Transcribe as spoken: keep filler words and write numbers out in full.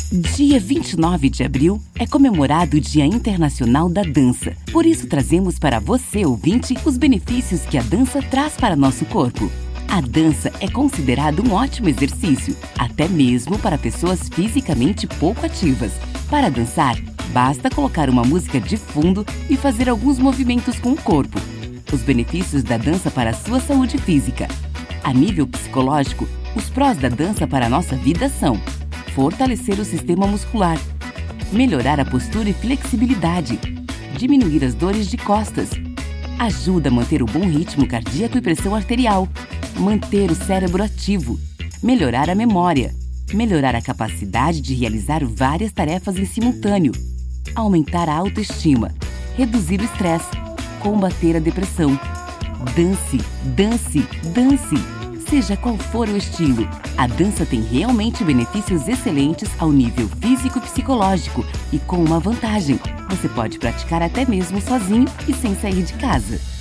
Dia vinte e nove de abril é comemorado o Dia Internacional da Dança. Por isso trazemos para você, ouvinte, os benefícios que a dança traz para nosso corpo. A dança é considerado um ótimo exercício, até mesmo para pessoas fisicamente pouco ativas. Para dançar, basta colocar uma música de fundo e fazer alguns movimentos com o corpo. Os benefícios da dança para a sua saúde física. A nível psicológico, os prós da dança para a nossa vida são: fortalecer o sistema muscular, melhorar a postura e flexibilidade, diminuir as dores de costas, ajuda a manter o bom ritmo cardíaco e pressão arterial, manter o cérebro ativo, melhorar a memória, melhorar a capacidade de realizar várias tarefas em simultâneo, aumentar a autoestima, reduzir o estresse, combater a depressão. Dance, dance, dance! Seja qual for o estilo, a dança tem realmente benefícios excelentes ao nível físico e psicológico e com uma vantagem: você pode praticar até mesmo sozinho e sem sair de casa.